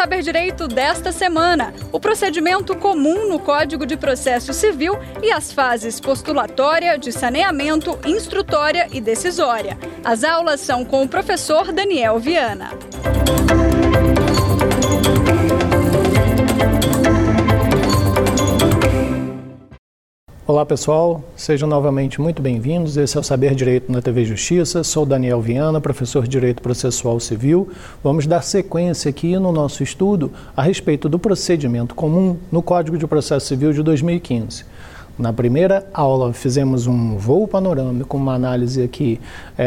Saber Direito desta semana, o procedimento comum no Código de Processo Civil e as fases postulatória, de saneamento, instrutória e decisória. As aulas são com o professor Daniel Viana. Olá pessoal, sejam novamente muito bem-vindos. Esse é o Saber Direito na TV Justiça. Sou Daniel Viana, professor de Direito Processual Civil. Vamos dar sequência aqui no nosso estudo a respeito do procedimento comum no Código de Processo Civil de 2015. Na primeira aula fizemos um voo panorâmico, uma análise aqui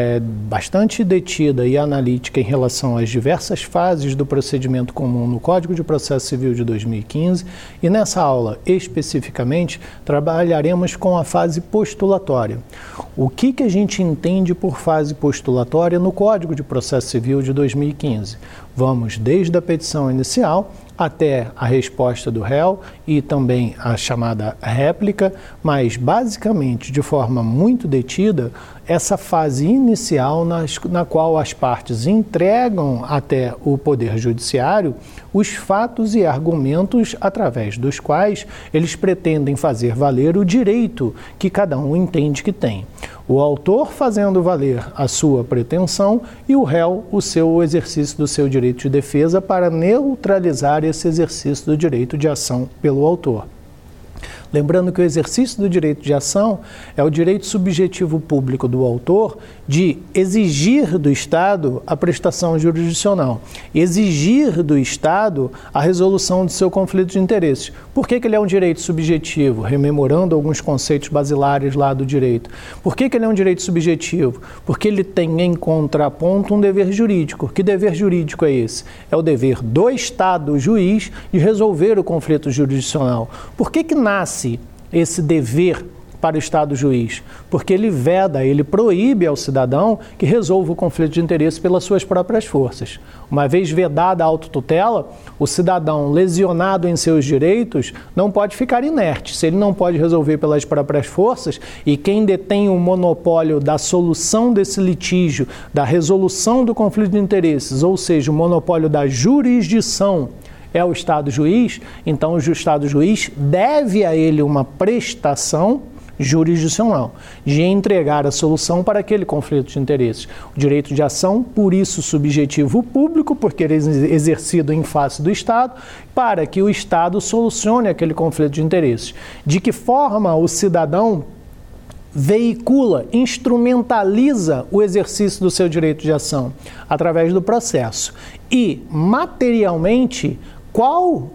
bastante detida e analítica em relação às diversas fases do procedimento comum no Código de Processo Civil de 2015 e nessa aula especificamente trabalharemos com a fase postulatória. O que a gente entende por fase postulatória no Código de Processo Civil de 2015? Vamos desde a petição inicial até a resposta do réu e também a chamada réplica, mas basicamente de forma muito detida, essa fase inicial na qual as partes entregam até o Poder Judiciário os fatos e argumentos através dos quais eles pretendem fazer valer o direito que cada um entende que tem. O autor fazendo valer a sua pretensão e o réu o seu exercício do seu direito de defesa para neutralizar esse exercício do direito de ação pelo autor. Lembrando que o exercício do direito de ação é o direito subjetivo público do autor de exigir do Estado a prestação jurisdicional, exigir do Estado a resolução do seu conflito de interesses. Por que ele é um direito subjetivo? Rememorando alguns conceitos basilares lá do direito. Por que ele é um direito subjetivo? Porque ele tem em contraponto um dever jurídico. Que dever jurídico é esse? É o dever do Estado juiz de resolver o conflito jurisdicional. Por que nasce esse dever para o Estado juiz? Porque ele veda, ele proíbe ao cidadão que resolva o conflito de interesse pelas suas próprias forças. Uma vez vedada a autotutela, o cidadão lesionado em seus direitos não pode ficar inerte. Se ele não pode resolver pelas próprias forças e quem detém o monopólio da solução desse litígio, da resolução do conflito de interesses, ou seja, o monopólio da jurisdição, é o Estado juiz, então o Estado juiz deve a ele uma prestação jurisdicional de entregar a solução para aquele conflito de interesses. O direito de ação, por isso subjetivo público, porque ele é exercido em face do Estado, para que o Estado solucione aquele conflito de interesses. De que forma o cidadão veicula, instrumentaliza o exercício do seu direito de ação? Através do processo. E, materialmente, qual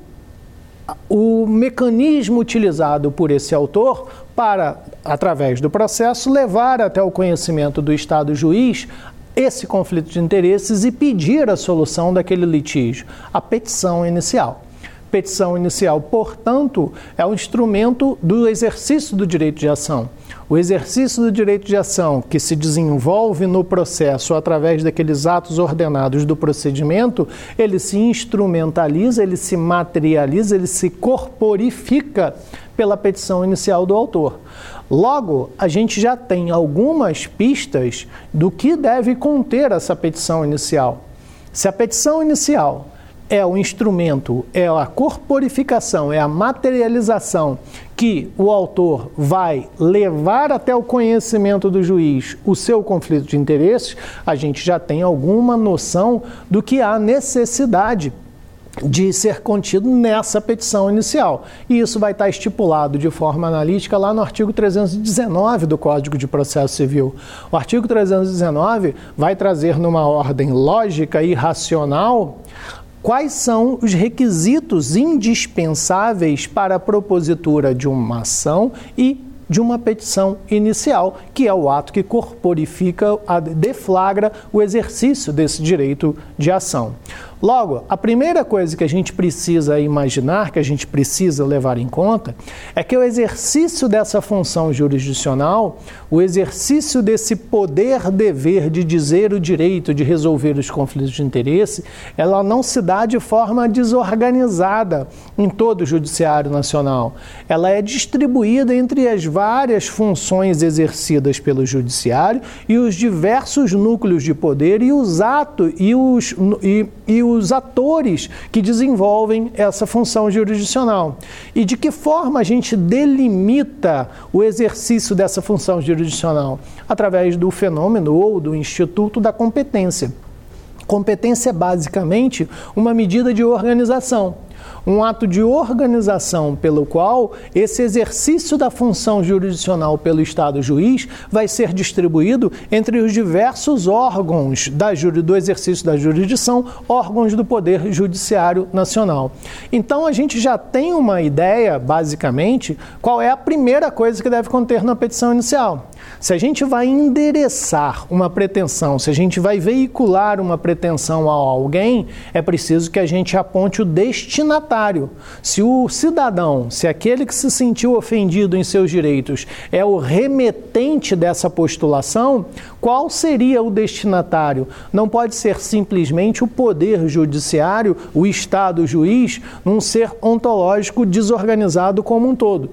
o mecanismo utilizado por esse autor para, através do processo, levar até o conhecimento do Estado juiz esse conflito de interesses e pedir a solução daquele litígio? A petição inicial. Petição inicial, portanto, é um instrumento do exercício do direito de ação. O exercício do direito de ação que se desenvolve no processo através daqueles atos ordenados do procedimento, ele se instrumentaliza, ele se materializa, ele se corporifica pela petição inicial do autor. Logo, a gente já tem algumas pistas do que deve conter essa petição inicial. Se a petição inicial é o instrumento, é a corporificação, é a materialização que o autor vai levar até o conhecimento do juiz o seu conflito de interesses, a gente já tem alguma noção do que há necessidade de ser contido nessa petição inicial. E isso vai estar estipulado de forma analítica lá no artigo 319 do Código de Processo Civil. O artigo 319 vai trazer numa ordem lógica e racional quais são os requisitos indispensáveis para a propositura de uma ação e de uma petição inicial, que é o ato que corporifica, deflagra o exercício desse direito de ação. Logo, a primeira coisa que a gente precisa imaginar, que a gente precisa levar em conta, é que o exercício dessa função jurisdicional, o exercício desse poder-dever de dizer o direito de resolver os conflitos de interesse, ela não se dá de forma desorganizada em todo o Judiciário Nacional. Ela é distribuída entre as várias funções exercidas pelo Judiciário e os diversos núcleos de poder e os atos e os os atores que desenvolvem essa função jurisdicional. E de que forma a gente delimita o exercício dessa função jurisdicional? Através do fenômeno ou do instituto da competência. Competência é basicamente uma medida de organização. Um ato de organização pelo qual esse exercício da função jurisdicional pelo Estado juiz vai ser distribuído entre os diversos órgãos do exercício da jurisdição, órgãos do Poder Judiciário Nacional. Então, a gente já tem uma ideia, basicamente, qual é a primeira coisa que deve conter na petição inicial. Se a gente vai endereçar uma pretensão, se a gente vai veicular uma pretensão a alguém, é preciso que a gente aponte o destinatário. Se o cidadão, se aquele que se sentiu ofendido em seus direitos é o remetente dessa postulação, qual seria o destinatário? Não pode ser simplesmente o Poder Judiciário, o Estado juiz, num ser ontológico desorganizado como um todo.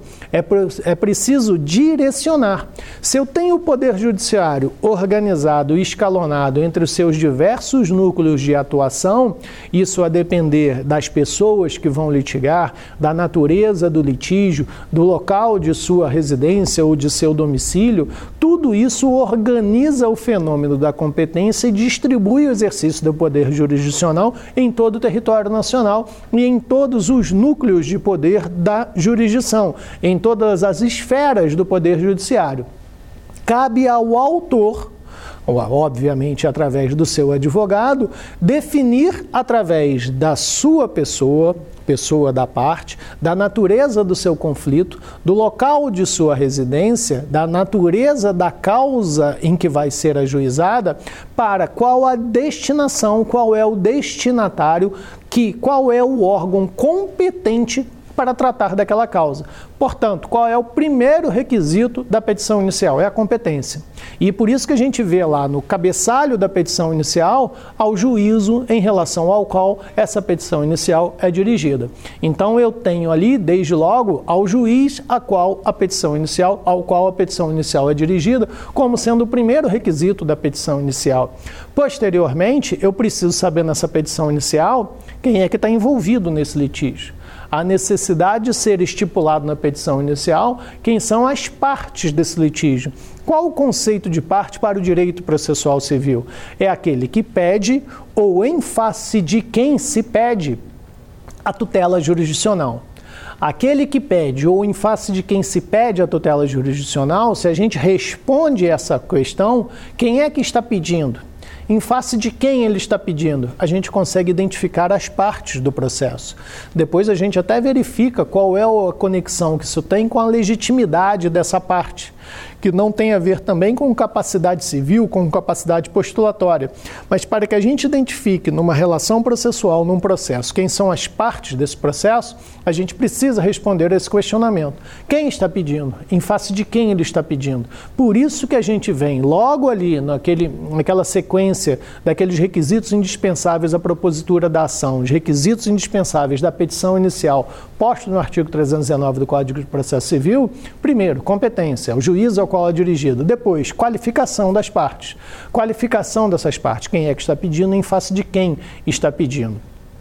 É preciso direcionar. Se eu tenho o Poder Judiciário organizado e escalonado entre os seus diversos núcleos de atuação, isso a depender das pessoas que vão litigar, da natureza do litígio, do local de sua residência ou de seu domicílio, tudo isso organiza o fenômeno da competência e distribui o exercício do poder jurisdicional em todo o território nacional e em todos os núcleos de poder da jurisdição, em todas as esferas do Poder Judiciário. Cabe ao autor, obviamente através do seu advogado, definir através da sua pessoa da parte, da natureza do seu conflito, do local de sua residência, da natureza da causa em que vai ser ajuizada, para qual a destinação, qual é o destinatário, qual é o órgão competente para tratar daquela causa. Portanto, qual é o primeiro requisito da petição inicial? É a competência. E por isso que a gente vê lá no cabeçalho da petição inicial ao juízo em relação ao qual essa petição inicial é dirigida. Então eu tenho ali, desde logo, ao juiz ao qual a petição inicial é dirigida, como sendo o primeiro requisito da petição inicial. Posteriormente, eu preciso saber nessa petição inicial quem é que está envolvido nesse litígio. A necessidade de ser estipulado na petição inicial quem são as partes desse litígio. Qual o conceito de parte para o direito processual civil? É aquele que pede ou em face de quem se pede a tutela jurisdicional. Aquele que pede ou em face de quem se pede a tutela jurisdicional, se a gente responde essa questão, quem é que está pedindo? Em face de quem ele está pedindo, a gente consegue identificar as partes do processo. Depois a gente até verifica qual é a conexão que isso tem com a legitimidade dessa parte, que não tem a ver também com capacidade civil, com capacidade postulatória. Mas para que a gente identifique numa relação processual, num processo, quem são as partes desse processo, a gente precisa responder a esse questionamento. Quem está pedindo? Em face de quem ele está pedindo? Por isso que a gente vem logo ali, naquela sequência daqueles requisitos indispensáveis à propositura da ação, os requisitos indispensáveis da petição inicial, posto no artigo 319 do Código de Processo Civil. Primeiro, competência, o juiz ao qual é dirigido. Depois, qualificação das partes. Qualificação dessas partes. Quem é que está pedindo, em face de quem está pedindo.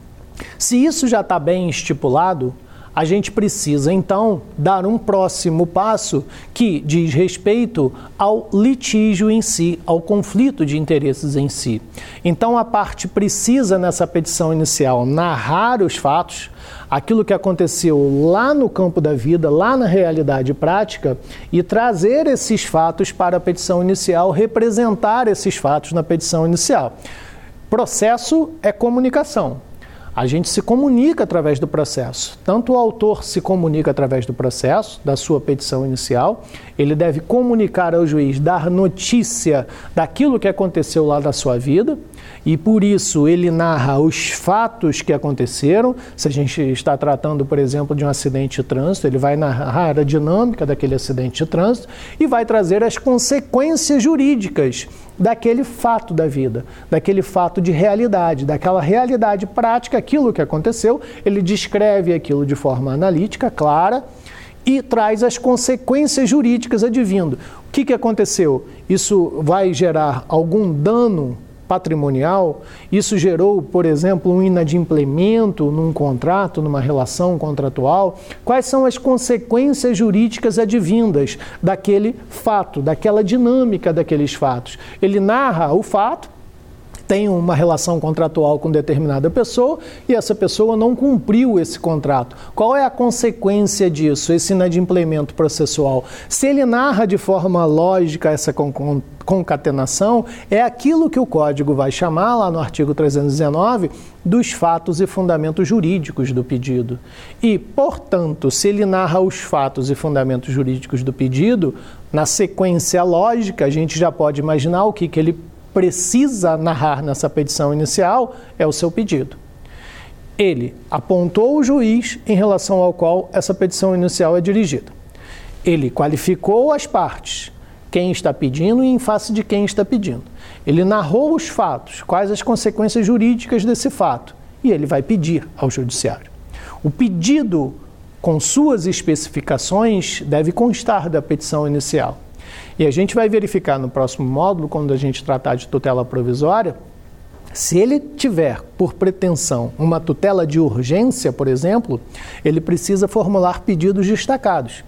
Se isso já está bem estipulado, a gente precisa, então, dar um próximo passo que diz respeito ao litígio em si, ao conflito de interesses em si. Então, a parte precisa, nessa petição inicial, narrar os fatos, aquilo que aconteceu lá no campo da vida, lá na realidade prática, e trazer esses fatos para a petição inicial, representar esses fatos na petição inicial. Processo é comunicação. A gente se comunica através do processo. Tanto o autor se comunica através do processo, da sua petição inicial, ele deve comunicar ao juiz, dar notícia daquilo que aconteceu lá da sua vida, e por isso ele narra os fatos que aconteceram. Se a gente está tratando, por exemplo, de um acidente de trânsito, ele vai narrar a dinâmica daquele acidente de trânsito e vai trazer as consequências jurídicas daquele fato da vida, daquele fato de realidade, daquela realidade prática, aquilo que aconteceu. Ele descreve aquilo de forma analítica, clara, e traz as consequências jurídicas advindo. O que aconteceu? Isso vai gerar algum dano patrimonial, isso gerou, por exemplo, um inadimplemento num contrato, numa relação contratual, quais são as consequências jurídicas advindas daquele fato, daquela dinâmica daqueles fatos. Ele narra o fato, tem uma relação contratual com determinada pessoa e essa pessoa não cumpriu esse contrato. Qual é a consequência disso, esse inadimplemento processual? Se ele narra de forma lógica essa concatenação, é aquilo que o Código vai chamar, lá no artigo 319, dos fatos e fundamentos jurídicos do pedido. E, portanto, se ele narra os fatos e fundamentos jurídicos do pedido, na sequência lógica, a gente já pode imaginar o que ele precisa narrar nessa petição inicial é o seu pedido. Ele apontou o juiz em relação ao qual essa petição inicial é dirigida. Ele qualificou as partes, quem está pedindo e em face de quem está pedindo. Ele narrou os fatos, quais as consequências jurídicas desse fato, e ele vai pedir ao judiciário. O pedido, com suas especificações, deve constar da petição inicial. E a gente vai verificar no próximo módulo, quando a gente tratar de tutela provisória, se ele tiver por pretensão uma tutela de urgência, por exemplo, ele precisa formular pedidos destacados.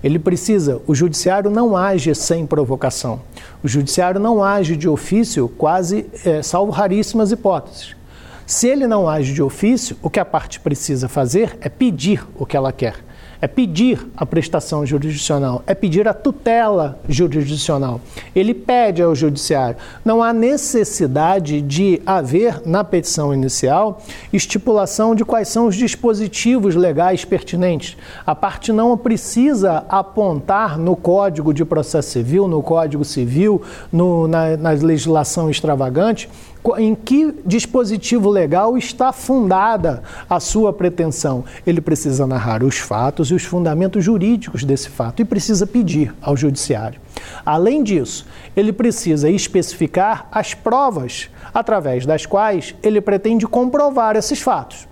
O judiciário não age sem provocação. O judiciário não age de ofício, salvo raríssimas hipóteses. Se ele não age de ofício, o que a parte precisa fazer é pedir o que ela quer. É pedir a prestação jurisdicional, é pedir a tutela jurisdicional. Ele pede ao judiciário. Não há necessidade de haver, na petição inicial, estipulação de quais são os dispositivos legais pertinentes. A parte não precisa apontar no Código de Processo Civil, no Código Civil, na legislação extravagante, em que dispositivo legal está fundada a sua pretensão. Ele precisa narrar os fatos e os fundamentos jurídicos desse fato e precisa pedir ao judiciário. Além disso, ele precisa especificar as provas através das quais ele pretende comprovar esses fatos.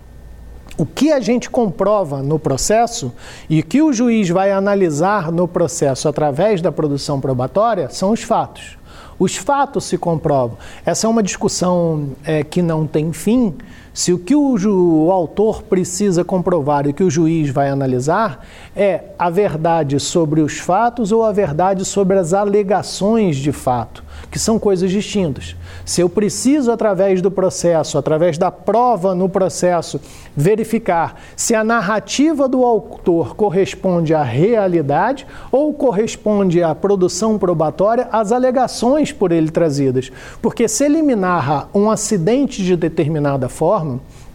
O que a gente comprova no processo e que o juiz vai analisar no processo através da produção probatória são os fatos. Os fatos se comprovam. Essa é uma discussão que não tem fim. Se o que o autor precisa comprovar e o que o juiz vai analisar é a verdade sobre os fatos ou a verdade sobre as alegações de fato, que são coisas distintas. Se eu preciso, através do processo, através da prova no processo, verificar se a narrativa do autor corresponde à realidade ou corresponde à produção probatória, às alegações por ele trazidas. Porque se ele me narra um acidente de determinada forma,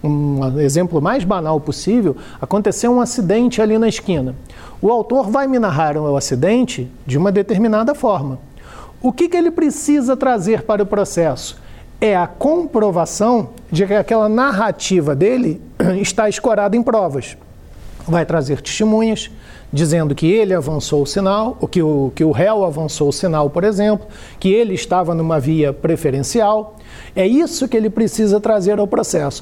um exemplo mais banal possível, aconteceu um acidente ali na esquina. O autor vai me narrar o acidente de uma determinada forma. O que ele precisa trazer para o processo? É a comprovação de que aquela narrativa dele está escorada em provas. Vai trazer testemunhas, dizendo que ele avançou o sinal, que o réu avançou o sinal, por exemplo, que ele estava numa via preferencial. É isso que ele precisa trazer ao processo.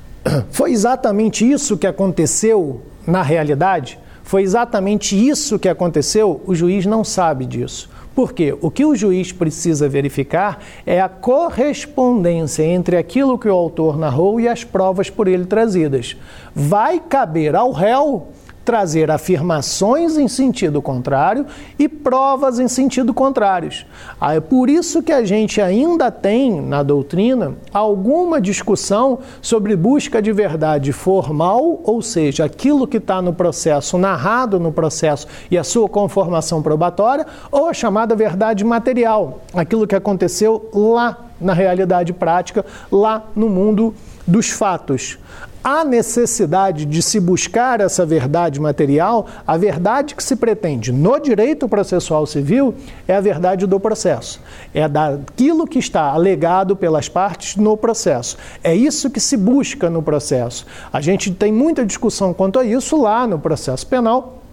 Foi exatamente isso que aconteceu na realidade? Foi exatamente isso que aconteceu? O juiz não sabe disso. Por quê? O que o juiz precisa verificar é a correspondência entre aquilo que o autor narrou e as provas por ele trazidas. Vai caber ao réu trazer afirmações em sentido contrário e provas em sentido contrários. É por isso que a gente ainda tem, na doutrina, alguma discussão sobre busca de verdade formal, ou seja, aquilo que está no processo, narrado no processo e a sua conformação probatória, ou a chamada verdade material, aquilo que aconteceu lá na realidade prática, lá no mundo dos fatos. Há necessidade de se buscar essa verdade material. A verdade que se pretende no direito processual civil é a verdade do processo. É daquilo que está alegado pelas partes no processo. É isso que se busca no processo. A gente tem muita discussão quanto a isso lá no processo penal,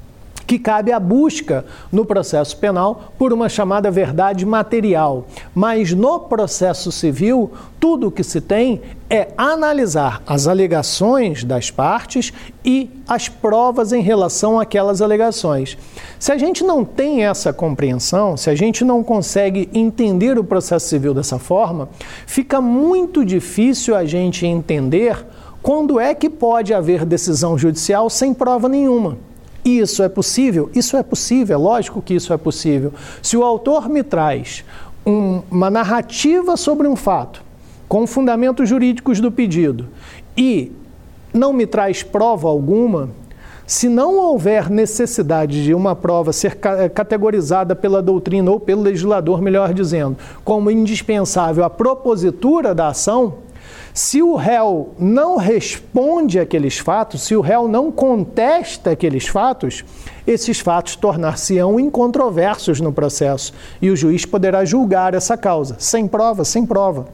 que cabe a busca no processo penal por uma chamada verdade material. Mas no processo civil, tudo o que se tem é analisar as alegações das partes e as provas em relação àquelas alegações. Se a gente não tem essa compreensão, se a gente não consegue entender o processo civil dessa forma, fica muito difícil a gente entender quando é que pode haver decisão judicial sem prova nenhuma. Isso é possível? Isso é possível, é lógico que isso é possível. Se o autor me traz uma narrativa sobre um fato, com fundamentos jurídicos do pedido, e não me traz prova alguma, se não houver necessidade de uma prova ser categorizada pela doutrina ou pelo legislador, melhor dizendo, como indispensável à propositura da ação, se o réu não responde àqueles fatos, se o réu não contesta aqueles fatos, esses fatos tornar-se-ão incontroversos no processo e o juiz poderá julgar essa causa, sem prova, sem prova.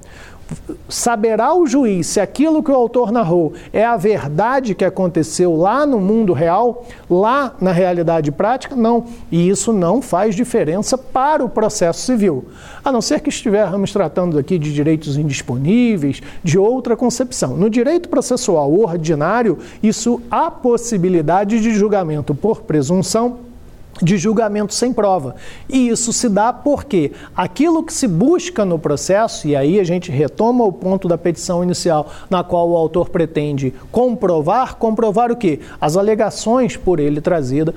Saberá o juiz se aquilo que o autor narrou é a verdade que aconteceu lá no mundo real, lá na realidade prática? Não. E isso não faz diferença para o processo civil. A não ser que estivermos tratando aqui de direitos indisponíveis, de outra concepção. No direito processual ordinário, isso há possibilidade de julgamento por presunção, de julgamento sem prova. E isso se dá porque aquilo que se busca no processo, e aí a gente retoma o ponto da petição inicial, na qual o autor pretende comprovar o quê? As alegações por ele trazidas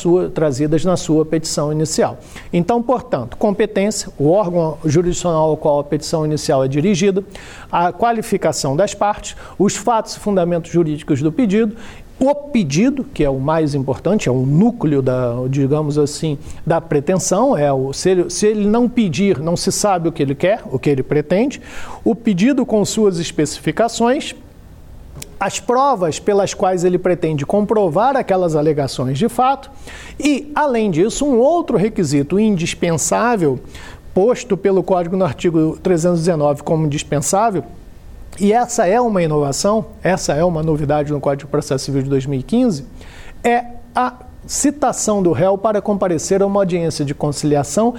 na sua petição inicial. Então, portanto, competência, o órgão jurisdicional ao qual a petição inicial é dirigida, a qualificação das partes, os fatos e fundamentos jurídicos do pedido, o pedido, que é o mais importante, é o núcleo digamos assim, da pretensão, se ele não pedir, não se sabe o que ele quer, o que ele pretende, o pedido com suas especificações, as provas pelas quais ele pretende comprovar aquelas alegações de fato e, além disso, um outro requisito indispensável, posto pelo Código no artigo 319 como indispensável, e essa é uma inovação, essa é uma novidade no Código de Processo Civil de 2015, é a citação do réu para comparecer a uma audiência de conciliação,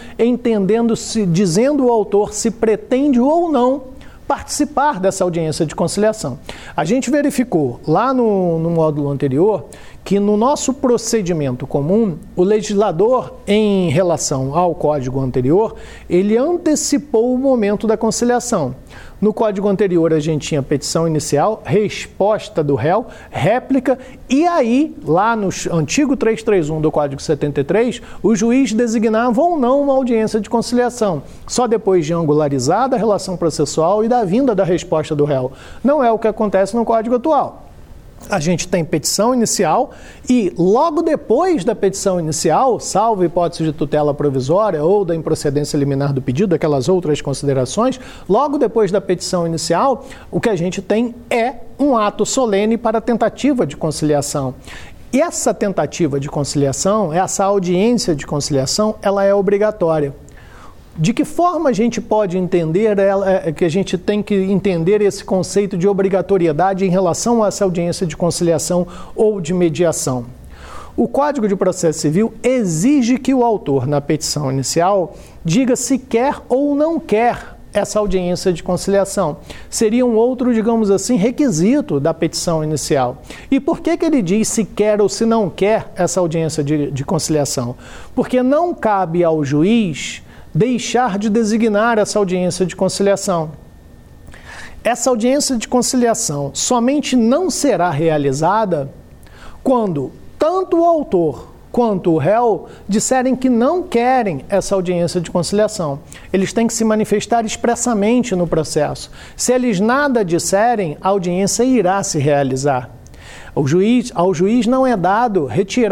dizendo o autor se pretende ou não participar dessa audiência de conciliação. A gente verificou lá no módulo anterior que no nosso procedimento comum, o legislador, em relação ao código anterior, ele antecipou o momento da conciliação. No código anterior, a gente tinha petição inicial, resposta do réu, réplica, e aí, lá no antigo 331 do Código 73, o juiz designava ou não uma audiência de conciliação, só depois de angularizada a relação processual e da vinda da resposta do réu. Não é o que acontece no Código atual. A gente tem petição inicial e logo depois da petição inicial, salvo hipótese de tutela provisória ou da improcedência liminar do pedido, aquelas outras considerações, logo depois da petição inicial, o que a gente tem é um ato solene para a tentativa de conciliação. E essa tentativa de conciliação, essa audiência de conciliação, ela é obrigatória. De que forma a gente pode entender, que a gente tem que entender esse conceito de obrigatoriedade em relação a essa audiência de conciliação ou de mediação? O Código de Processo Civil exige que o autor, na petição inicial, diga se quer ou não quer essa audiência de conciliação. Seria um outro, digamos assim, requisito da petição inicial. E por que ele diz se quer ou se não quer essa audiência de conciliação? Porque não cabe ao juiz deixar de designar essa audiência de conciliação. Essa audiência de conciliação somente não será realizada quando tanto o autor quanto o réu disserem que não querem essa audiência de conciliação. Eles têm que se manifestar expressamente no processo. Se eles nada disserem, a audiência irá se realizar. Ao juiz não é dado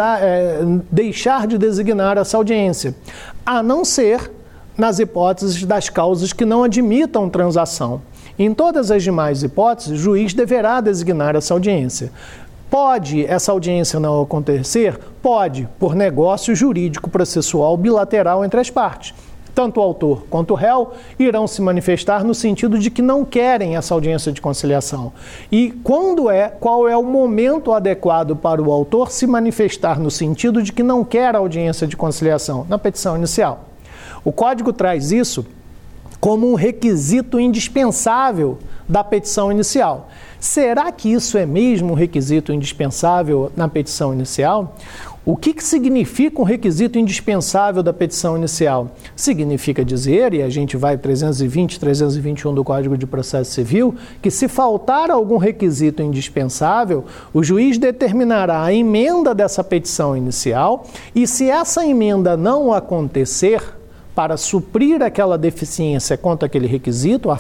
deixar de designar essa audiência, a não ser nas hipóteses das causas que não admitam transação. Em todas as demais hipóteses, o juiz deverá designar essa audiência. Pode essa audiência não acontecer? Pode, por negócio jurídico processual bilateral entre as partes. tanto o autor quanto o réu irão se manifestar no sentido de que não querem essa audiência de conciliação. E qual é o momento adequado para o autor se manifestar no sentido de que não quer a audiência de conciliação? Na petição inicial. O Código traz isso como um requisito indispensável da petição inicial. Será que isso é mesmo um requisito indispensável na petição inicial? O que significa um requisito indispensável da petição inicial? Significa dizer, e a gente vai 320 e 321 do Código de Processo Civil, que se faltar algum requisito indispensável, o juiz determinará a emenda dessa petição inicial e, se essa emenda não acontecer, para suprir aquela deficiência quanto àquele requisito, a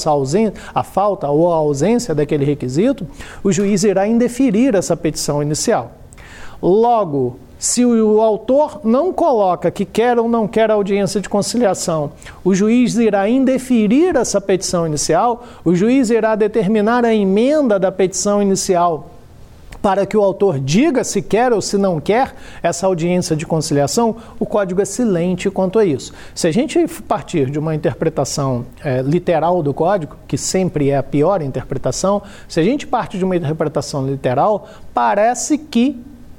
falta ou a ausência daquele requisito, o juiz irá indeferir essa petição inicial. Logo, se o autor não coloca que quer ou não quer a audiência de conciliação, o juiz irá indeferir essa petição inicial, o juiz irá determinar a emenda da petição inicial para que o autor diga se quer ou se não quer essa audiência de conciliação. O Código é silente quanto a isso. Se a gente partir de uma interpretação literal do Código, que sempre é a pior interpretação, se a gente parte de uma interpretação literal, parece que,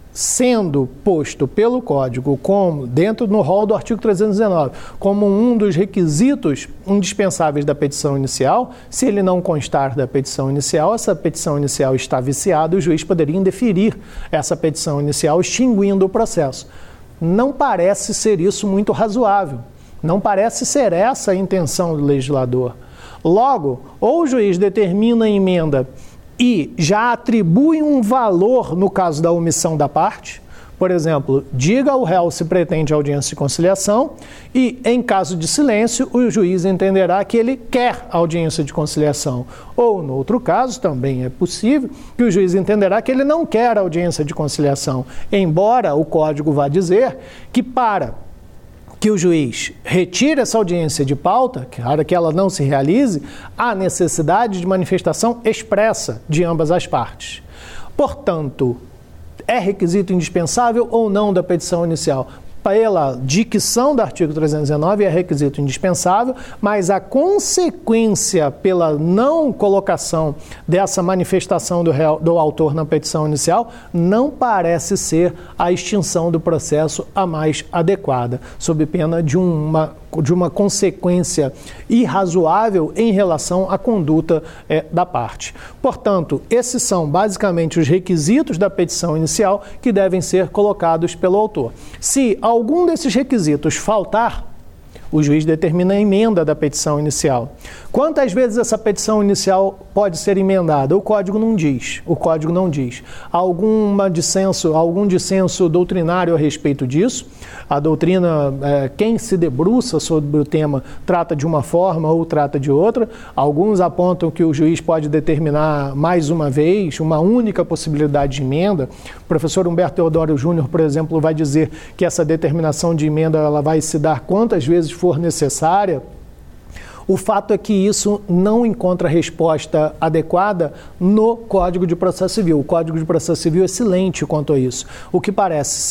sendo posto pelo Código como dentro no rol do artigo 319, como um dos requisitos indispensáveis da petição inicial, se ele não constar da petição inicial, essa petição inicial está viciada, o juiz poderia indeferir essa petição inicial, extinguindo o processo. Não parece ser isso muito razoável, não parece ser essa a intenção do legislador. Logo, ou o juiz determina a emenda e já atribui um valor no caso da omissão da parte, por exemplo, diga ao réu se pretende audiência de conciliação e, em caso de silêncio, o juiz entenderá que ele quer audiência de conciliação. Ou, no outro caso, também é possível que o juiz entenderá que ele não quer audiência de conciliação, embora o Código vá dizer que para que o juiz retire essa audiência de pauta, para que ela não se realize, há necessidade de manifestação expressa de ambas as partes. Portanto, é requisito indispensável ou não da petição inicial? Pela dicção do artigo 319 é requisito indispensável, mas a consequência pela não colocação dessa manifestação do autor na petição inicial não parece ser a extinção do processo a mais adequada, sob pena de uma consequência irrazoável em relação à conduta da parte. Portanto, esses são basicamente os requisitos da petição inicial que devem ser colocados pelo autor. Se algum desses requisitos faltar, o juiz determina a emenda da petição inicial. Quantas vezes essa petição inicial pode ser emendada? O Código não diz. O Código não diz. Algum dissenso doutrinário a respeito disso? A doutrina, quem se debruça sobre o tema, trata de uma forma ou trata de outra. Alguns apontam que o juiz pode determinar mais uma vez, uma única possibilidade de emenda. O professor Humberto Teodoro Júnior, por exemplo, vai dizer que essa determinação de emenda ela vai se dar quantas vezes for necessária. O fato é que isso não encontra resposta adequada no Código de Processo Civil. O Código de Processo Civil é silente quanto a isso. O que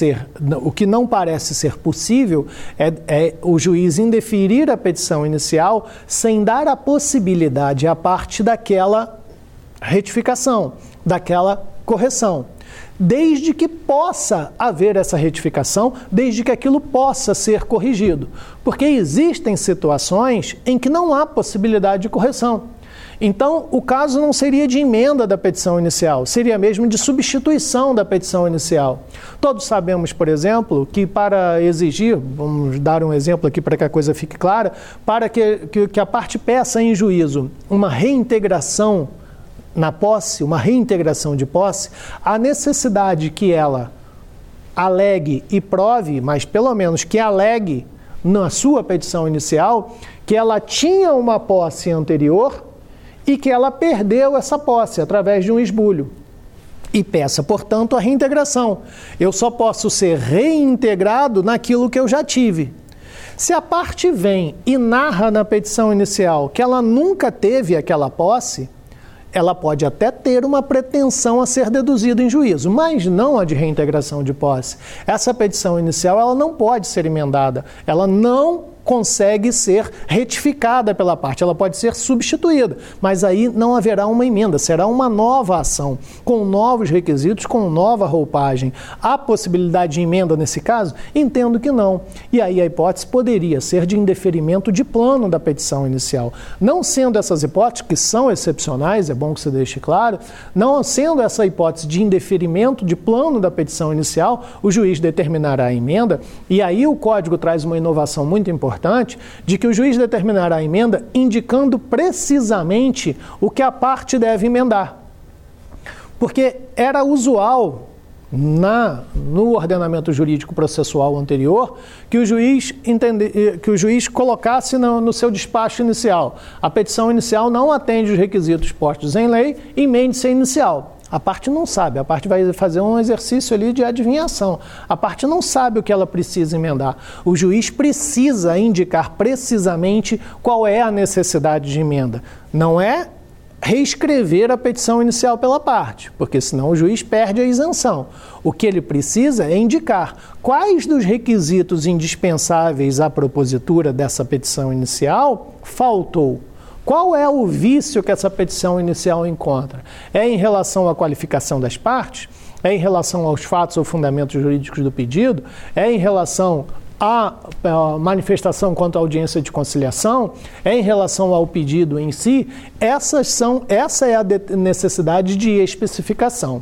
não parece ser possível é o juiz indeferir a petição inicial sem dar a possibilidade à parte daquela retificação, daquela correção, desde que possa haver essa retificação, desde que aquilo possa ser corrigido. Porque existem situações em que não há possibilidade de correção. Então, o caso não seria de emenda da petição inicial, seria mesmo de substituição da petição inicial. Todos sabemos, por exemplo, que para exigir, vamos dar um exemplo aqui para que a coisa fique clara, para que a parte peça em juízo uma reintegração na posse, uma reintegração de posse, a necessidade que ela alegue e prove, mas pelo menos que alegue na sua petição inicial, que ela tinha uma posse anterior e que ela perdeu essa posse através de um esbulho. E peça, portanto, a reintegração. Eu só posso ser reintegrado naquilo que eu já tive. Se a parte vem e narra na petição inicial que ela nunca teve aquela posse, ela pode até ter uma pretensão a ser deduzida em juízo, mas não a de reintegração de posse. Essa petição inicial ela não pode ser emendada, ela não consegue ser retificada pela parte, ela pode ser substituída, mas aí não haverá uma emenda, será uma nova ação, com novos requisitos, com nova roupagem. Há possibilidade de emenda nesse caso? Entendo que não. E aí a hipótese poderia ser de indeferimento de plano da petição inicial. Não sendo essas hipóteses, que são excepcionais, é bom que se deixe claro, não sendo essa hipótese de indeferimento de plano da petição inicial, o juiz determinará a emenda, e aí o Código traz uma inovação muito importante, de que o juiz determinará a emenda indicando precisamente o que a parte deve emendar. Porque era usual no ordenamento jurídico processual anterior que o juiz colocasse no seu despacho inicial: a petição inicial não atende os requisitos postos em lei, emende-se a inicial. A parte não sabe, a parte vai fazer um exercício ali de adivinhação. A parte não sabe o que ela precisa emendar. O juiz precisa indicar precisamente qual é a necessidade de emenda. Não é reescrever a petição inicial pela parte, porque senão o juiz perde a isenção. O que ele precisa é indicar quais dos requisitos indispensáveis à propositura dessa petição inicial faltou. Qual é o vício que essa petição inicial encontra? É em relação à qualificação das partes? É em relação aos fatos ou fundamentos jurídicos do pedido? É em relação à manifestação quanto à audiência de conciliação? É em relação ao pedido em si? Essa é a necessidade de especificação.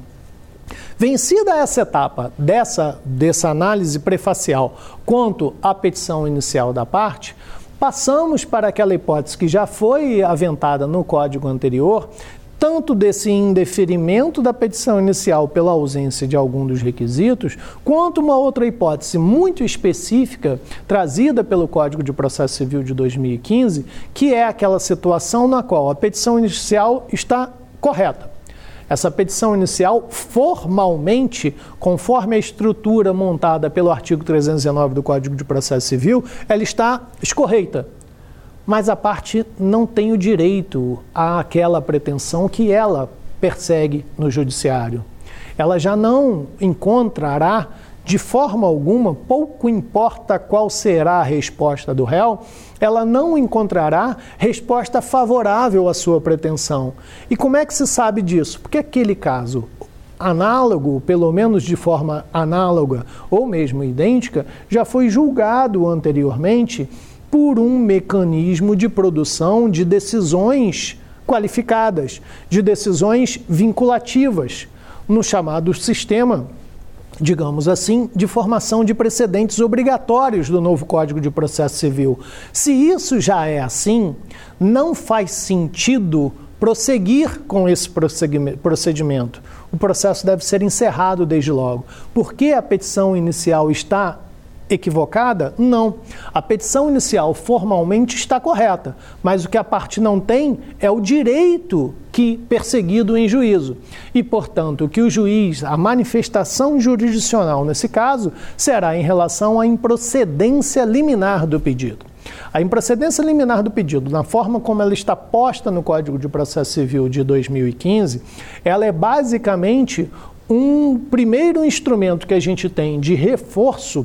Vencida essa etapa dessa análise prefacial quanto à petição inicial da parte, passamos para aquela hipótese que já foi aventada no Código anterior, tanto desse indeferimento da petição inicial pela ausência de algum dos requisitos, quanto uma outra hipótese muito específica trazida pelo Código de Processo Civil de 2015, que é aquela situação na qual a petição inicial está correta. Essa petição inicial, formalmente, conforme a estrutura montada pelo artigo 319 do Código de Processo Civil, ela está escorreita. Mas a parte não tem o direito àquela pretensão que ela persegue no judiciário. Ela já não encontrará, de forma alguma, pouco importa qual será a resposta do réu, ela não encontrará resposta favorável à sua pretensão. E como é que se sabe disso? Porque aquele caso análogo, pelo menos de forma análoga ou mesmo idêntica, já foi julgado anteriormente por um mecanismo de produção de decisões qualificadas, de decisões vinculativas, no chamado sistema, digamos assim, de formação de precedentes obrigatórios do novo Código de Processo Civil. Se isso já é assim, não faz sentido prosseguir com esse procedimento. O processo deve ser encerrado desde logo. Por que a petição inicial está equivocada? Não. A petição inicial formalmente está correta, mas o que a parte não tem é o direito que perseguido em juízo. E, portanto, que o juiz, a manifestação jurisdicional nesse caso, será em relação à improcedência liminar do pedido. A improcedência liminar do pedido, na forma como ela está posta no Código de Processo Civil de 2015, ela é basicamente um primeiro instrumento que a gente tem de reforço,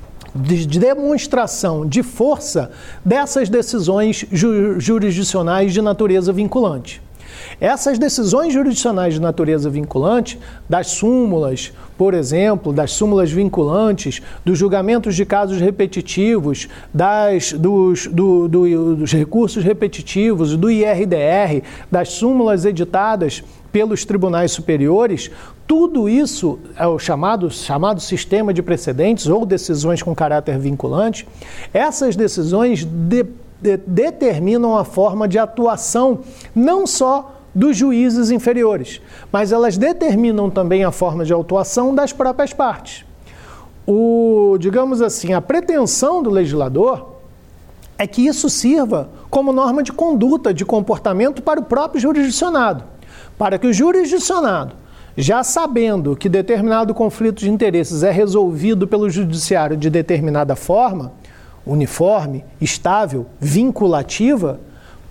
de demonstração de força dessas decisões jurisdicionais de natureza vinculante. Essas decisões jurisdicionais de natureza vinculante, das súmulas, por exemplo, das súmulas vinculantes, dos julgamentos de casos repetitivos, dos recursos repetitivos, do IRDR, das súmulas editadas pelos tribunais superiores, tudo isso é o chamado sistema de precedentes ou decisões com caráter vinculante. Essas decisões determinam a forma de atuação não só dos juízes inferiores, mas elas determinam também a forma de atuação das próprias partes. Digamos assim, a pretensão do legislador é que isso sirva como norma de conduta, de comportamento para o próprio jurisdicionado, para que o jurisdicionado, já sabendo que determinado conflito de interesses é resolvido pelo judiciário de determinada forma, uniforme, estável, vinculativa,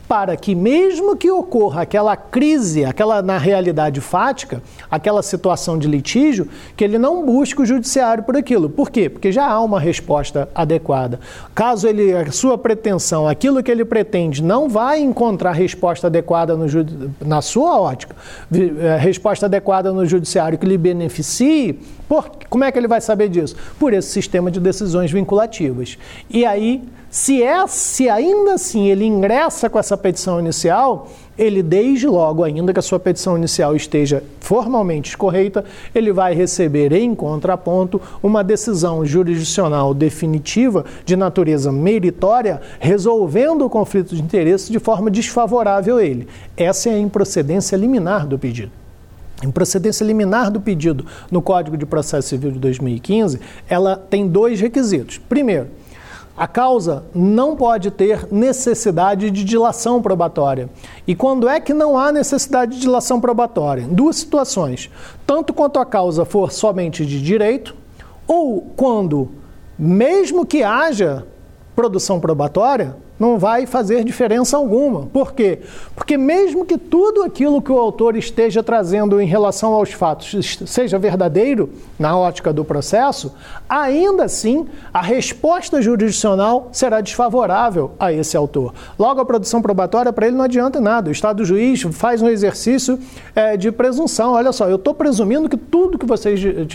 para que mesmo que ocorra aquela crise, na realidade fática, aquela situação de litígio, que ele não busque o judiciário por aquilo. Por quê? Porque já há uma resposta adequada. Caso a sua pretensão, aquilo que ele pretende, não vai encontrar resposta adequada na sua ótica, resposta adequada no judiciário que lhe beneficie, como é que ele vai saber disso? Por esse sistema de decisões vinculativas. E aí, se ainda assim ele ingressa com essa petição inicial, ele desde logo, ainda que a sua petição inicial esteja formalmente escorreita, ele vai receber em contraponto uma decisão jurisdicional definitiva de natureza meritória, resolvendo o conflito de interesse de forma desfavorável a ele. Essa é a improcedência liminar do pedido. A improcedência liminar do pedido no Código de Processo Civil de 2015, ela tem 2 requisitos. Primeiro, a causa não pode ter necessidade de dilação probatória. E quando é que não há necessidade de dilação probatória? Em 2 situações. Tanto quanto a causa for somente de direito, ou quando, mesmo que haja produção probatória, não vai fazer diferença alguma. Por quê? Porque mesmo que tudo aquilo que o autor esteja trazendo em relação aos fatos seja verdadeiro na ótica do processo, ainda assim a resposta jurisdicional será desfavorável a esse autor. Logo, a produção probatória para ele não adianta nada. O Estado juiz faz um exercício de presunção. Olha só, eu estou presumindo que tudo que você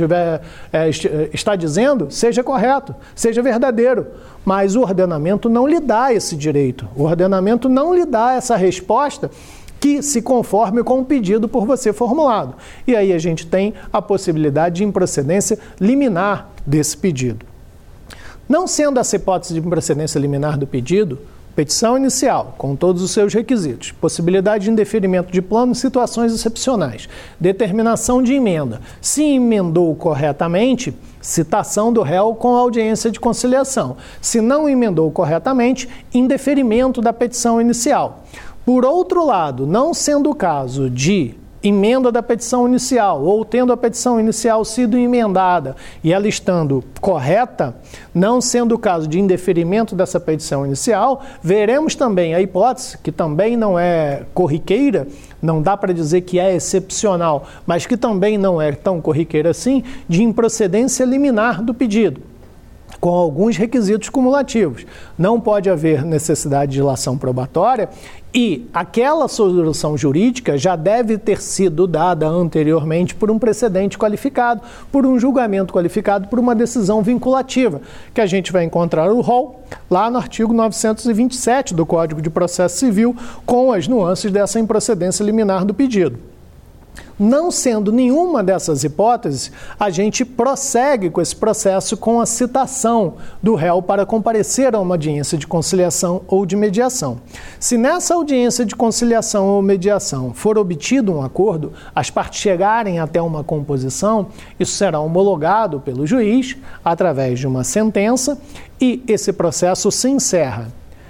está dizendo seja correto, seja verdadeiro. Mas o ordenamento não lhe dá esse direito. O ordenamento não lhe dá essa resposta que se conforme com o pedido por você formulado. E aí a gente tem a possibilidade de improcedência liminar desse pedido. Não sendo essa hipótese de improcedência liminar do pedido, petição inicial, com todos os seus requisitos, possibilidade de indeferimento de plano em situações excepcionais, determinação de emenda, se emendou corretamente, citação do réu com audiência de conciliação. Se não emendou corretamente, indeferimento da petição inicial. Por outro lado, não sendo o caso de emenda da petição inicial ou tendo a petição inicial sido emendada e ela estando correta, não sendo o caso de indeferimento dessa petição inicial, veremos também a hipótese, que também não é corriqueira, não dá para dizer que é excepcional, mas que também não é tão corriqueira assim, de improcedência liminar do pedido, com alguns requisitos cumulativos. Não pode haver necessidade de dilação probatória e aquela solução jurídica já deve ter sido dada anteriormente por um precedente qualificado, por um julgamento qualificado, por uma decisão vinculativa, que a gente vai encontrar o rol lá no artigo 927 do Código de Processo Civil, com as nuances dessa improcedência liminar do pedido. Não sendo nenhuma dessas hipóteses, a gente prossegue com esse processo com a citação do réu para comparecer a uma audiência de conciliação ou de mediação. Se nessa audiência de conciliação ou mediação for obtido um acordo, as partes chegarem até uma composição, isso será homologado pelo juiz através de uma sentença e esse processo se encerra.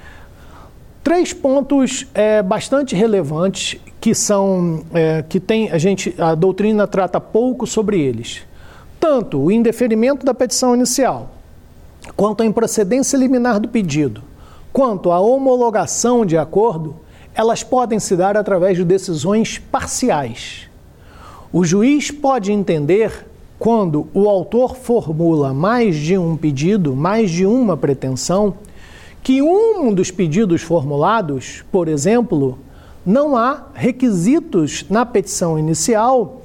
3 pontos bastante relevantes que são a doutrina trata pouco sobre eles. Tanto o indeferimento da petição inicial, quanto a improcedência liminar do pedido, quanto a homologação de acordo, elas podem se dar através de decisões parciais. O juiz pode entender quando o autor formula mais de um pedido, mais de uma pretensão, que um dos pedidos formulados, por exemplo, não há requisitos na petição inicial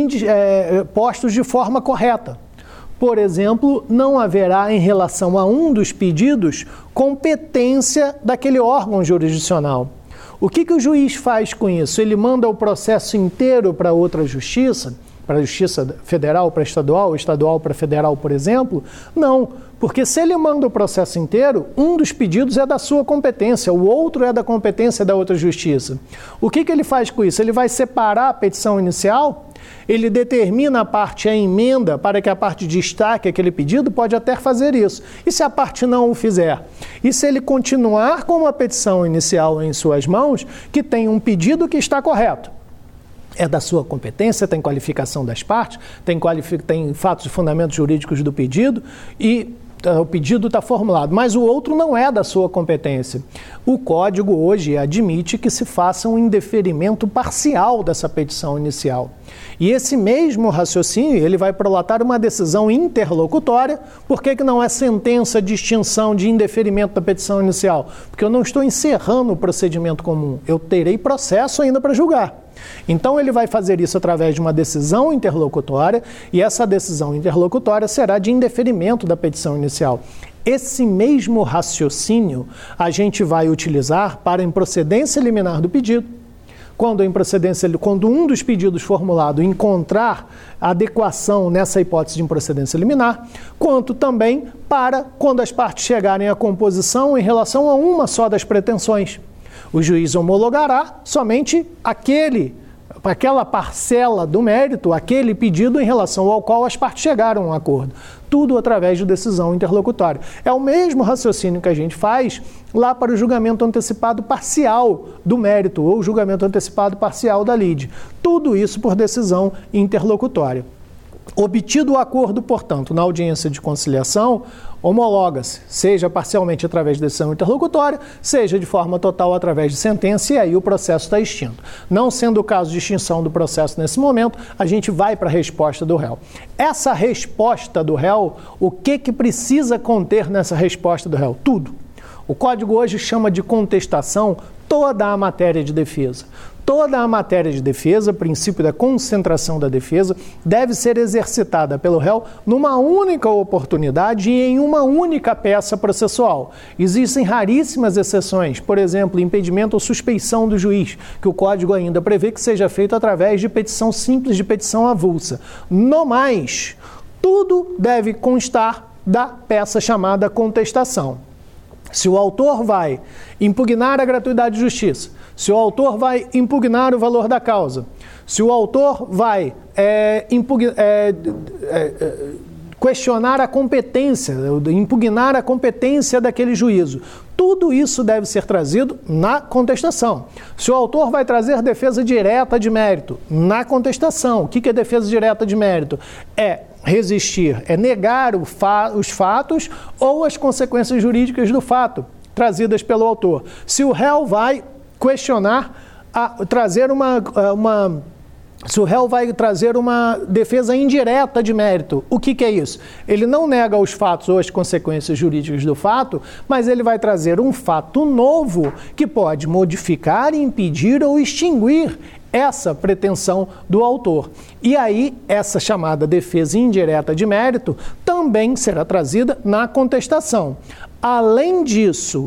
postos de forma correta. Por exemplo, não haverá em relação a um dos pedidos competência daquele órgão jurisdicional. O que o juiz faz com isso? Ele manda o processo inteiro para outra justiça? Para a Justiça Federal, para estadual, estadual para federal, por exemplo? Não, porque se ele manda o processo inteiro, um dos pedidos é da sua competência, o outro é da competência da outra justiça. O que ele faz com isso? Ele vai separar a petição inicial, ele determina a parte a emenda para que a parte destaque aquele pedido, pode até fazer isso. E se a parte não o fizer? E se ele continuar com uma petição inicial em suas mãos, que tem um pedido que está correto? É da sua competência, tem qualificação das partes, tem fatos e fundamentos jurídicos do pedido e o pedido está formulado, mas o outro não é da sua competência. O Código hoje admite que se faça um indeferimento parcial dessa petição inicial. E esse mesmo raciocínio, ele vai prolatar uma decisão interlocutória. Por que não é sentença de extinção, de indeferimento da petição inicial? Porque eu não estou encerrando o procedimento comum, eu terei processo ainda para julgar. Então ele vai fazer isso através de uma decisão interlocutória, e essa decisão interlocutória será de indeferimento da petição inicial. Esse mesmo raciocínio a gente vai utilizar para a improcedência liminar do pedido. Quando um dos pedidos formulado encontrar adequação nessa hipótese de improcedência liminar, quanto também para quando as partes chegarem à composição em relação a uma só das pretensões. O juiz homologará somente aquela parcela do mérito, aquele pedido em relação ao qual as partes chegaram a um acordo. Tudo através de decisão interlocutória. É o mesmo raciocínio que a gente faz lá para o julgamento antecipado parcial do mérito ou julgamento antecipado parcial da lide. Tudo isso por decisão interlocutória. Obtido o acordo, portanto, na audiência de conciliação, homologa-se, seja parcialmente através de decisão interlocutória, seja de forma total através de sentença, e aí o processo está extinto. Não sendo o caso de extinção do processo nesse momento, a gente vai para a resposta do réu. Essa resposta do réu, o que precisa conter nessa resposta do réu? Tudo. O Código hoje chama de contestação toda a matéria de defesa. Toda a matéria de defesa, princípio da concentração da defesa, deve ser exercitada pelo réu numa única oportunidade e em uma única peça processual. Existem raríssimas exceções, por exemplo, impedimento ou suspeição do juiz, que o Código ainda prevê que seja feito através de petição simples, de petição avulsa. No mais, tudo deve constar da peça chamada contestação. Se o autor vai impugnar a gratuidade de justiça, se o autor vai impugnar o valor da causa, se o autor vai questionar a competência, impugnar a competência daquele juízo, tudo isso deve ser trazido na contestação. Se o autor vai trazer defesa direta de mérito, na contestação. O que é defesa direta de mérito? É resistir, é negar os fatos ou as consequências jurídicas do fato trazidas pelo autor. Se o réu vai questionar, se o réu vai trazer uma defesa indireta de mérito, o que é isso? Ele não nega os fatos ou as consequências jurídicas do fato, mas ele vai trazer um fato novo que pode modificar, impedir ou extinguir essa pretensão do autor. E aí, essa chamada defesa indireta de mérito também será trazida na contestação. Além disso,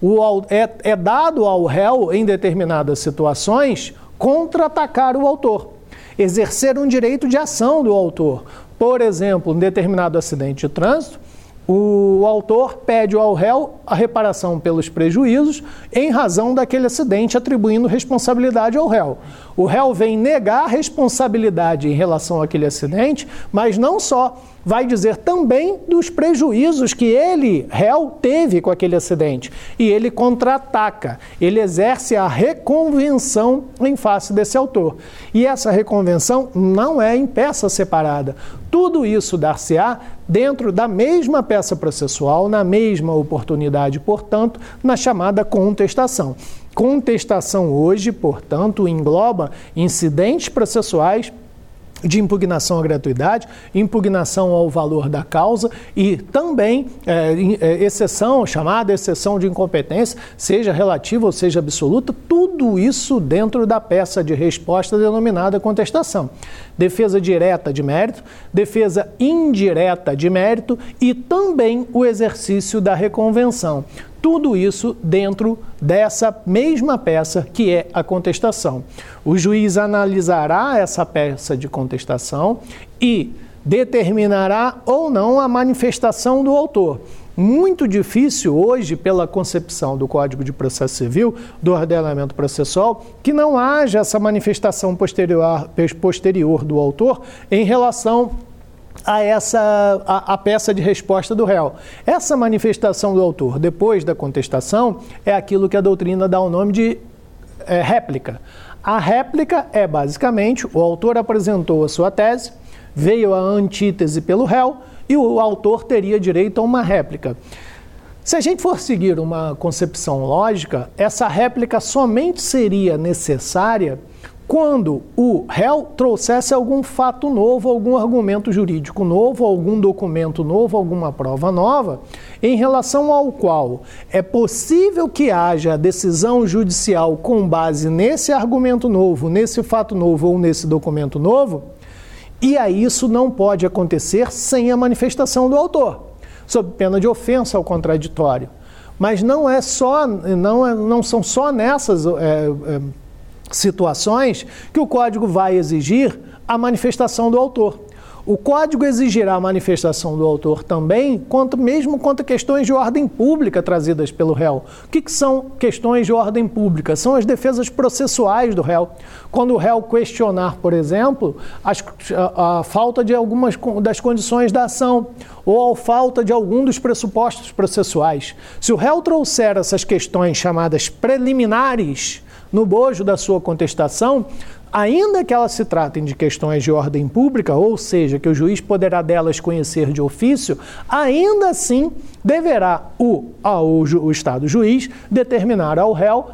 é dado ao réu, em determinadas situações, contra-atacar o autor, exercer um direito de ação do autor. Por exemplo, em determinado acidente de trânsito, o autor pede ao réu a reparação pelos prejuízos em razão daquele acidente, atribuindo responsabilidade ao réu. O réu vem negar responsabilidade em relação àquele acidente, mas não só, vai dizer também dos prejuízos que ele, réu, teve com aquele acidente. E ele contra-ataca, ele exerce a reconvenção em face desse autor. E essa reconvenção não é em peça separada. Tudo isso dar-se-á dentro da mesma peça processual, na mesma oportunidade, portanto, na chamada contestação. Contestação hoje, portanto, engloba incidentes processuais de impugnação à gratuidade, impugnação ao valor da causa e também chamada exceção de incompetência, seja relativa ou seja absoluta, tudo isso dentro da peça de resposta denominada contestação. Defesa direta de mérito, defesa indireta de mérito e também o exercício da reconvenção. Tudo isso dentro dessa mesma peça que é a contestação. O juiz analisará essa peça de contestação e determinará ou não a manifestação do autor. Muito difícil hoje, pela concepção do Código de Processo Civil, do ordenamento processual, que não haja essa manifestação posterior do autor em relação a peça de resposta do réu. Essa manifestação do autor, depois da contestação, é aquilo que a doutrina dá o nome de réplica. A réplica é basicamente, o autor apresentou a sua tese, veio a antítese pelo réu e o autor teria direito a uma réplica. Se a gente for seguir uma concepção lógica, essa réplica somente seria necessária quando o réu trouxesse algum fato novo, algum argumento jurídico novo, algum documento novo, alguma prova nova, em relação ao qual é possível que haja decisão judicial com base nesse argumento novo, nesse fato novo ou nesse documento novo, e aí isso não pode acontecer sem a manifestação do autor, sob pena de ofensa ao contraditório. Mas não são só nessas situações que o Código vai exigir a manifestação do autor. O Código exigirá a manifestação do autor também, mesmo quanto a questões de ordem pública trazidas pelo réu. O que são questões de ordem pública? São as defesas processuais do réu. Quando o réu questionar, por exemplo, a falta de algumas das condições da ação ou a falta de algum dos pressupostos processuais. Se o réu trouxer essas questões chamadas preliminares no bojo da sua contestação, ainda que elas se tratem de questões de ordem pública, ou seja, que o juiz poderá delas conhecer de ofício, ainda assim deverá o Estado juiz determinar ao réu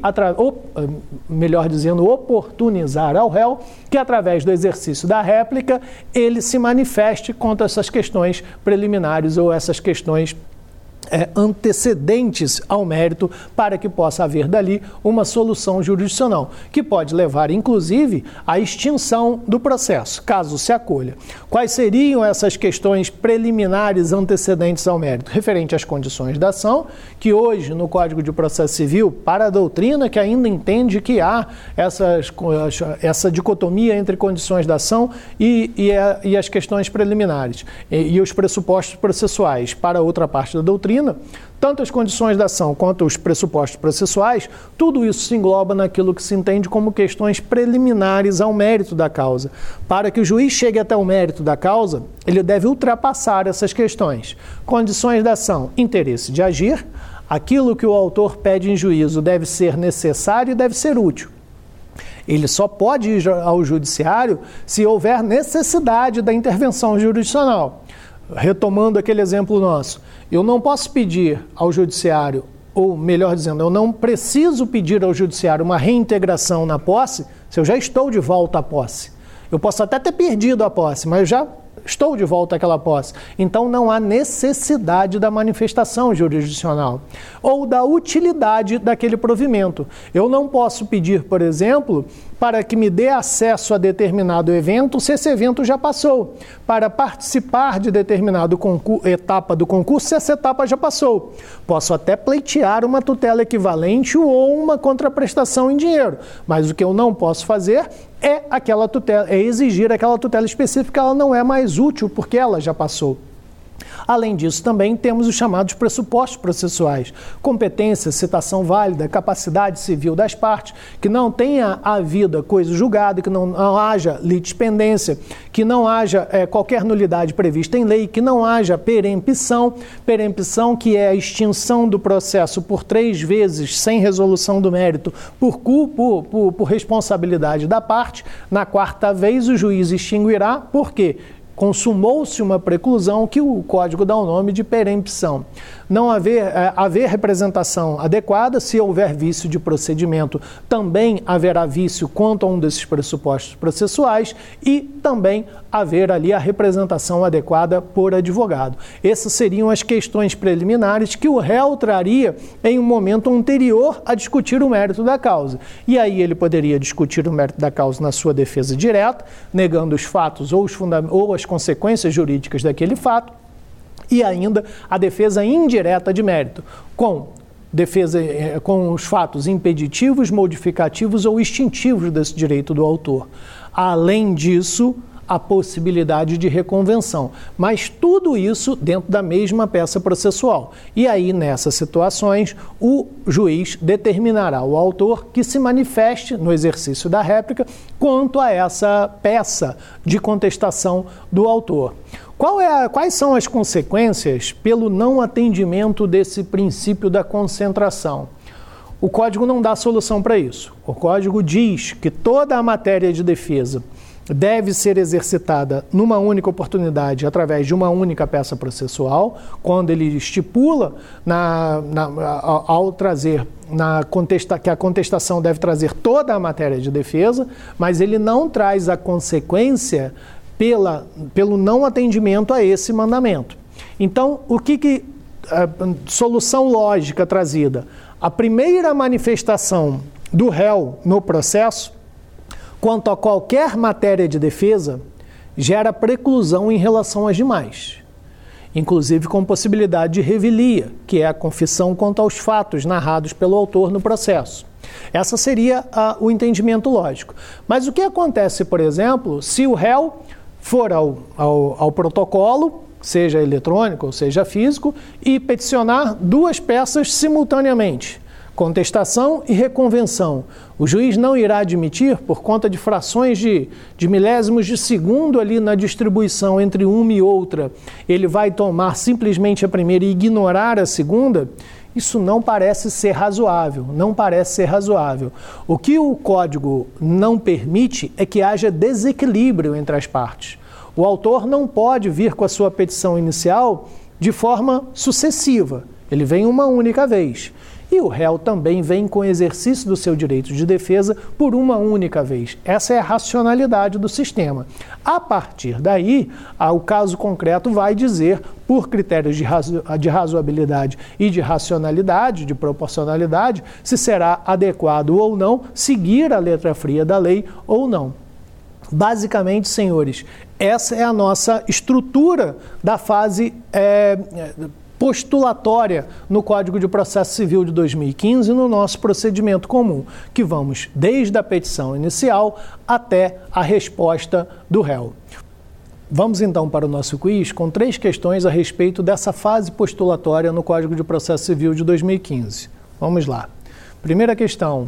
oportunizar ao réu que, através do exercício da réplica, ele se manifeste contra essas questões preliminares ou essas questões antecedentes ao mérito, para que possa haver dali uma solução jurisdicional, que pode levar, inclusive, à extinção do processo, caso se acolha. Quais seriam essas questões preliminares antecedentes ao mérito? Referente às condições da ação, que hoje, no Código de Processo Civil, para a doutrina que ainda entende que há essa dicotomia entre condições da ação e as questões preliminares, e os pressupostos processuais, para a outra parte da doutrina, tanto as condições da ação quanto os pressupostos processuais, tudo isso se engloba naquilo que se entende como questões preliminares ao mérito da causa. Para que o juiz chegue até o mérito da causa, ele deve ultrapassar essas questões. Condições da ação: interesse de agir, aquilo que o autor pede em juízo deve ser necessário e deve ser útil. Ele só pode ir ao judiciário se houver necessidade da intervenção jurisdicional. Retomando aquele exemplo nosso, eu não posso pedir ao judiciário, ou melhor dizendo, eu não preciso pedir ao judiciário uma reintegração na posse se eu já estou de volta à posse. Eu posso até ter perdido a posse, mas eu já estou de volta àquela posse. Então não há necessidade da manifestação jurisdicional ou da utilidade daquele provimento. Eu não posso pedir, por exemplo, para que me dê acesso a determinado evento se esse evento já passou, para participar de determinada etapa do concurso se essa etapa já passou. Posso até pleitear uma tutela equivalente ou uma contraprestação em dinheiro, mas o que eu não posso fazer é exigir aquela tutela específica, ela não é mais útil porque ela já passou. Além disso, também temos os chamados pressupostos processuais: competência, citação válida, capacidade civil das partes, que não tenha havido coisa julgada, que não haja litispendência, que não haja qualquer nulidade prevista em lei, que não haja perempção, que é a extinção do processo por 3 vezes sem resolução do mérito por responsabilidade da parte. Na 4ª vez o juiz extinguirá, por quê? Consumou-se uma preclusão que o Código dá o nome de perempção. Não haver representação adequada, se houver vício de procedimento, também haverá vício quanto a um desses pressupostos processuais e também haver ali a representação adequada por advogado. Essas seriam as questões preliminares que o réu traria em um momento anterior a discutir o mérito da causa. E aí ele poderia discutir o mérito da causa na sua defesa direta, negando os fatos ou as consequências jurídicas daquele fato, e ainda a defesa indireta de mérito, com os fatos impeditivos, modificativos ou extintivos desse direito do autor. Além disso, a possibilidade de reconvenção, mas tudo isso dentro da mesma peça processual. E aí, nessas situações, o juiz determinará ao autor que se manifeste no exercício da réplica quanto a essa peça de contestação do autor. Quais são as consequências pelo não atendimento desse princípio da concentração? o Código não dá solução para isso. O Código diz que toda a matéria de defesa deve ser exercitada numa única oportunidade, através de uma única peça processual, quando ele estipula ao trazer que a contestação deve trazer toda a matéria de defesa, mas ele não traz a consequência pelo não atendimento a esse mandamento. Então, solução lógica trazida? A primeira manifestação do réu no processo, quanto a qualquer matéria de defesa, gera preclusão em relação às demais, inclusive com possibilidade de revelia, que é a confissão quanto aos fatos narrados pelo autor no processo. Essa seria o entendimento lógico. Mas o que acontece, por exemplo, se o réu for ao protocolo, seja eletrônico ou seja físico, e peticionar duas peças simultaneamente, contestação e reconvenção? O juiz não irá admitir, por conta de frações de milésimos de segundo ali na distribuição entre uma e outra, ele vai tomar simplesmente a primeira e ignorar a segunda? Isso não parece ser razoável, O que o Código não permite é que haja desequilíbrio entre as partes. O autor não pode vir com a sua petição inicial de forma sucessiva, ele vem uma única vez. E o réu também vem com o exercício do seu direito de defesa por uma única vez. Essa é a racionalidade do sistema. A partir daí, o caso concreto vai dizer, por critérios de razoabilidade e de racionalidade, de proporcionalidade, se será adequado ou não seguir a letra fria da lei ou não. Basicamente, senhores, essa é a nossa estrutura da fase postulatória no Código de Processo Civil de 2015 no nosso procedimento comum, que vamos desde a petição inicial até a resposta do réu. Vamos então para o nosso quiz com 3 questões a respeito dessa fase postulatória no Código de Processo Civil de 2015. Vamos lá. Primeira questão.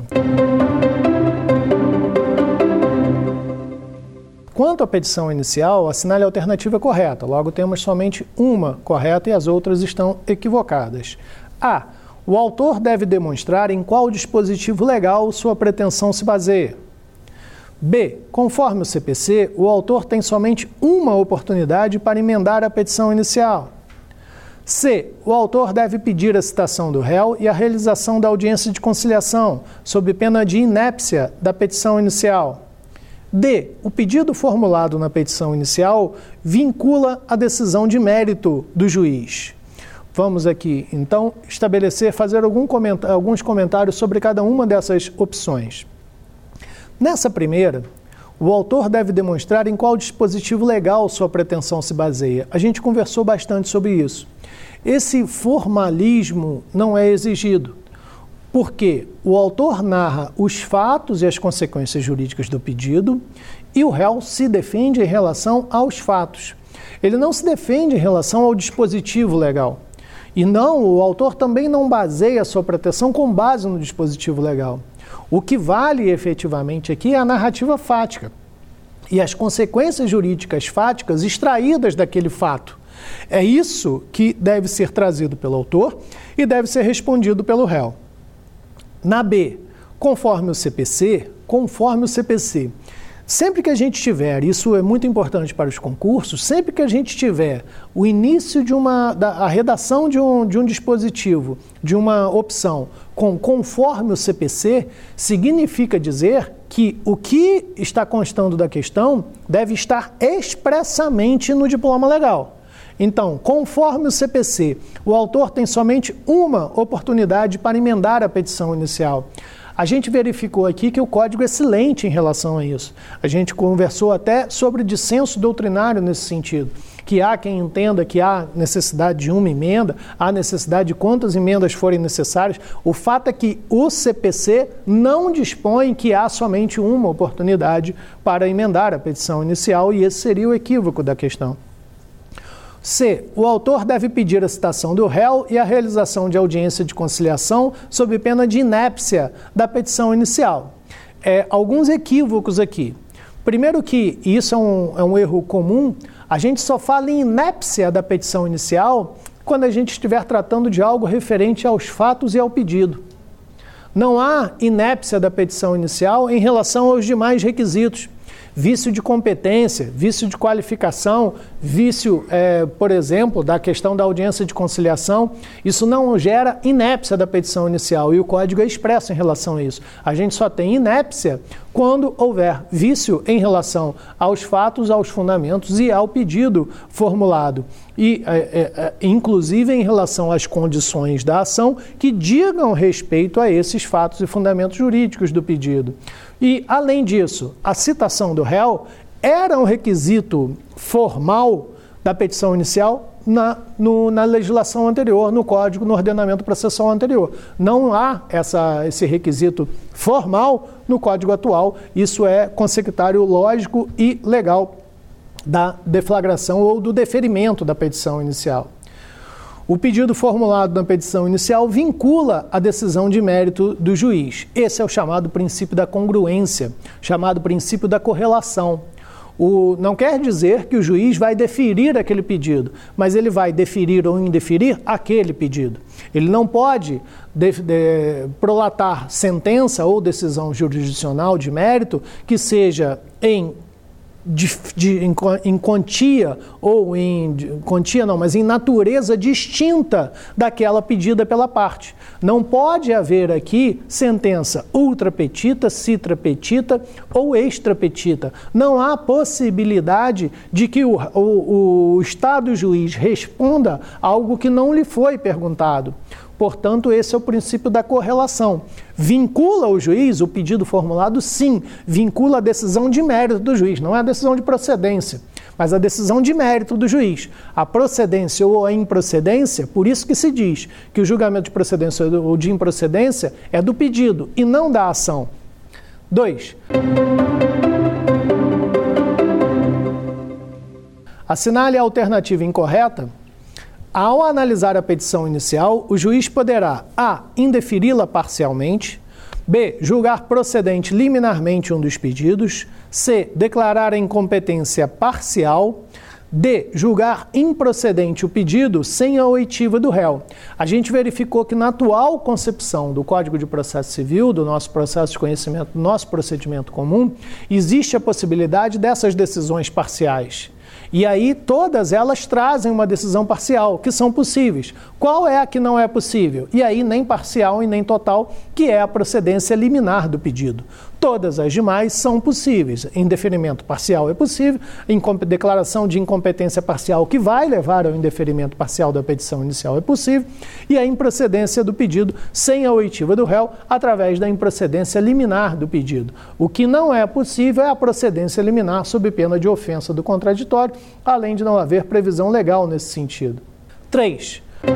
Quanto à petição inicial, assinale a alternativa correta. Logo, temos somente uma correta e as outras estão equivocadas. A. O autor deve demonstrar em qual dispositivo legal sua pretensão se baseia. B. Conforme o CPC, o autor tem somente uma oportunidade para emendar a petição inicial. C. O autor deve pedir a citação do réu e a realização da audiência de conciliação, sob pena de inépcia da petição inicial. D. O pedido formulado na petição inicial vincula a decisão de mérito do juiz. Vamos aqui, então, fazer alguns comentários sobre cada uma dessas opções. Nessa primeira, o autor deve demonstrar em qual dispositivo legal sua pretensão se baseia. A gente conversou bastante sobre isso. Esse formalismo não é exigido, porque o autor narra os fatos e as consequências jurídicas do pedido e o réu se defende em relação aos fatos. Ele não se defende em relação ao dispositivo legal. E o autor também não baseia a sua pretensão com base no dispositivo legal. O que vale efetivamente aqui é a narrativa fática e as consequências jurídicas fáticas extraídas daquele fato. É isso que deve ser trazido pelo autor e deve ser respondido pelo réu. Na B, conforme o CPC, sempre que a gente tiver, isso é muito importante para os concursos, sempre que a gente tiver o início a redação de um dispositivo, de uma opção, conforme o CPC, significa dizer que o que está constando da questão deve estar expressamente no diploma legal. Então, conforme o CPC, o autor tem somente uma oportunidade para emendar a petição inicial. A gente verificou aqui que o Código é silente em relação a isso. A gente conversou até sobre dissenso doutrinário nesse sentido, que há quem entenda que há necessidade de uma emenda, há necessidade de quantas emendas forem necessárias. O fato é que o CPC não dispõe que há somente uma oportunidade para emendar a petição inicial, e esse seria o equívoco da questão. C. O autor deve pedir a citação do réu e a realização de audiência de conciliação sob pena de inépcia da petição inicial. Alguns equívocos aqui. Primeiro que, e isso é um erro comum, a gente só fala em inépcia da petição inicial quando a gente estiver tratando de algo referente aos fatos e ao pedido. Não há inépcia da petição inicial em relação aos demais requisitos. Vício de competência, vício de qualificação, vício, por exemplo, da questão da audiência de conciliação, isso não gera inépcia da petição inicial e o Código é expresso em relação a isso. A gente só tem inépcia quando houver vício em relação aos fatos, aos fundamentos e ao pedido formulado. E, inclusive, em relação às condições da ação que digam respeito a esses fatos e fundamentos jurídicos do pedido. E, além disso, a citação do réu era um requisito formal da petição inicial na legislação anterior, no Código, no ordenamento processual anterior. Não há esse requisito formal no Código atual. Isso é consecutário lógico e legal da deflagração ou do deferimento da petição inicial. O pedido formulado na petição inicial vincula a decisão de mérito do juiz. Esse é o chamado princípio da congruência, chamado princípio da correlação. Não quer dizer que o juiz vai deferir aquele pedido, mas ele vai deferir ou indeferir aquele pedido. Ele não pode prolatar sentença ou decisão jurisdicional de mérito que seja em quantia ou mas em natureza distinta daquela pedida pela parte. Não pode haver aqui sentença ultrapetita, citrapetita ou extrapetita. Não há possibilidade de que o Estado juiz responda algo que não lhe foi perguntado. Portanto, esse é o princípio da correlação. Vincula o juiz, o pedido formulado, sim, vincula a decisão de mérito do juiz, não é a decisão de procedência, mas a decisão de mérito do juiz. A procedência ou a improcedência, por isso que se diz que o julgamento de procedência ou de improcedência é do pedido e não da ação. 2. Assinale a alternativa incorreta. Ao analisar a petição inicial, o juiz poderá a. indeferi-la parcialmente, b. julgar procedente liminarmente um dos pedidos, c. declarar a incompetência parcial, d. julgar improcedente o pedido sem a oitiva do réu. A gente verificou que na atual concepção do Código de Processo Civil, do nosso processo de conhecimento, do nosso procedimento comum, existe a possibilidade dessas decisões parciais. E aí todas elas trazem uma decisão parcial, que são possíveis. Qual é a que não é possível? E aí nem parcial e nem total, que é a procedência liminar do pedido. Todas as demais são possíveis. Indeferimento parcial é possível, declaração de incompetência parcial que vai levar ao indeferimento parcial da petição inicial é possível, e a improcedência do pedido sem a oitiva do réu através da improcedência liminar do pedido. O que não é possível é a procedência liminar sob pena de ofensa do contraditório, além de não haver previsão legal nesse sentido. 3.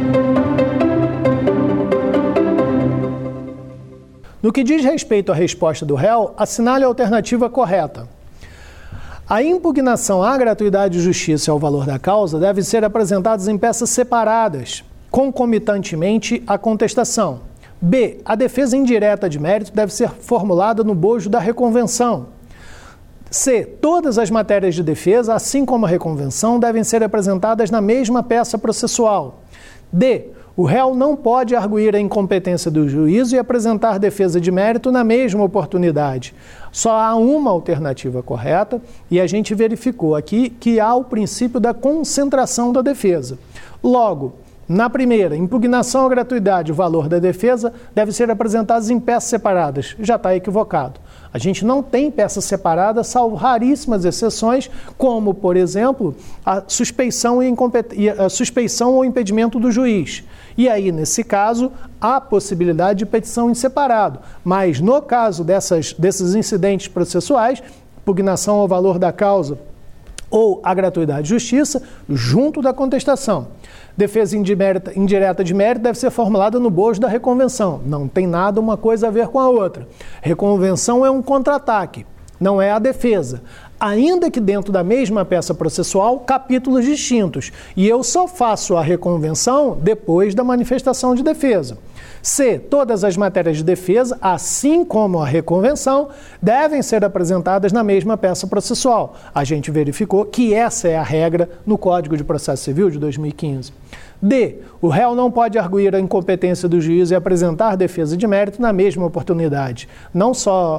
No que diz respeito à resposta do réu, assinale a alternativa correta. A impugnação à gratuidade de justiça e ao valor da causa devem ser apresentadas em peças separadas, concomitantemente à contestação. B. A defesa indireta de mérito deve ser formulada no bojo da reconvenção. C. Todas as matérias de defesa, assim como a reconvenção, devem ser apresentadas na mesma peça processual. D. O réu não pode arguir a incompetência do juízo e apresentar defesa de mérito na mesma oportunidade. Só há uma alternativa correta e a gente verificou aqui que há o princípio da concentração da defesa. Logo, na primeira, impugnação à gratuidade, o valor da defesa deve ser apresentados em peças separadas. Já está equivocado. A gente não tem peças separadas, salvo raríssimas exceções, como, por exemplo, a suspeição ou impedimento do juiz. E aí, nesse caso, há possibilidade de petição em separado. Mas, no caso desses incidentes processuais, impugnação ao valor da causa ou a gratuidade de justiça, junto da contestação. Defesa indireta de mérito deve ser formulada no bojo da reconvenção. Não tem nada uma coisa a ver com a outra. Reconvenção é um contra-ataque, não é a defesa. ainda que dentro da mesma peça processual, capítulos distintos. E eu só faço a reconvenção depois da manifestação de defesa. C. Todas as matérias de defesa, assim como a reconvenção, devem ser apresentadas na mesma peça processual. A gente verificou que essa é a regra no Código de Processo Civil de 2015. D. O réu não pode arguir a incompetência do juiz e apresentar defesa de mérito na mesma oportunidade. Não só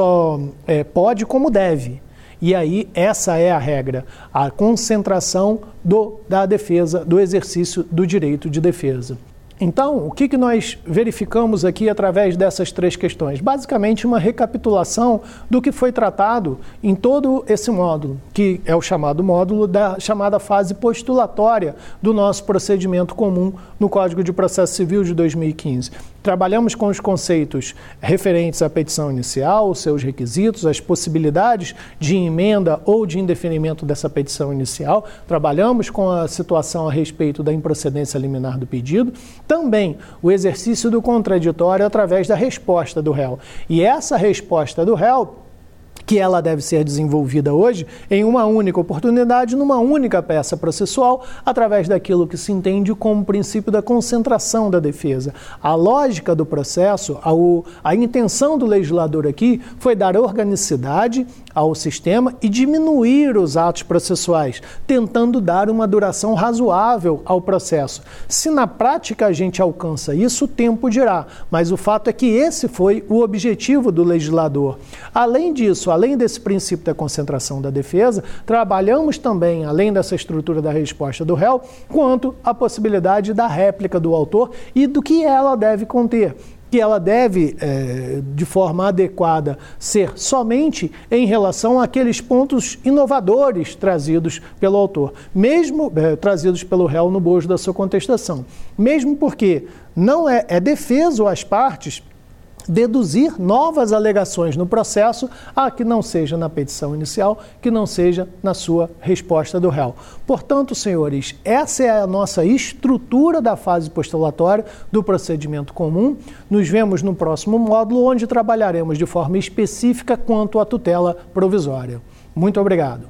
pode, como deve. E aí, essa é a regra, a concentração da defesa, do exercício do direito de defesa. Então, o que nós verificamos aqui através dessas 3 questões? Basicamente, uma recapitulação do que foi tratado em todo esse módulo, que é o chamado módulo da chamada fase postulatória do nosso procedimento comum no Código de Processo Civil de 2015. Trabalhamos com os conceitos referentes à petição inicial, os seus requisitos, as possibilidades de emenda ou de indeferimento dessa petição inicial. Trabalhamos com a situação a respeito da improcedência liminar do pedido. Também o exercício do contraditório através da resposta do réu. E essa resposta do réu, que ela deve ser desenvolvida hoje em uma única oportunidade, numa única peça processual, através daquilo que se entende como princípio da concentração da defesa. A lógica do processo, a intenção do legislador aqui foi dar organicidade ao sistema e diminuir os atos processuais, tentando dar uma duração razoável ao processo. Se na prática a gente alcança isso, o tempo dirá, mas o fato é que esse foi o objetivo do legislador. Além disso, além desse princípio da concentração da defesa, trabalhamos também, além dessa estrutura da resposta do réu, quanto à possibilidade da réplica do autor e do que ela deve conter. Que ela deve, de forma adequada, ser somente em relação àqueles pontos inovadores trazidos pelo autor, mesmo trazidos pelo réu no bojo da sua contestação. Mesmo porque não é defeso às partes deduzir novas alegações no processo, que não seja na petição inicial, que não seja na sua resposta do réu. Portanto, senhores, essa é a nossa estrutura da fase postulatória do procedimento comum. Nos vemos no próximo módulo, onde trabalharemos de forma específica quanto à tutela provisória. Muito obrigado.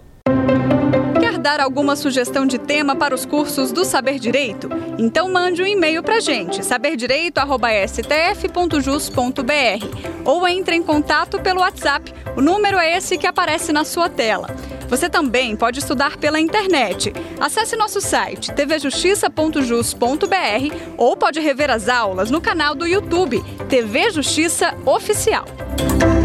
Quer dar alguma sugestão de tema para os cursos do Saber Direito? Então mande um e-mail para a gente, saberdireito@stf.jus.br, ou entre em contato pelo WhatsApp. O número é esse que aparece na sua tela. Você também pode estudar pela internet. Acesse nosso site tvjustiça.jus.br ou pode rever as aulas no canal do YouTube TV Justiça Oficial.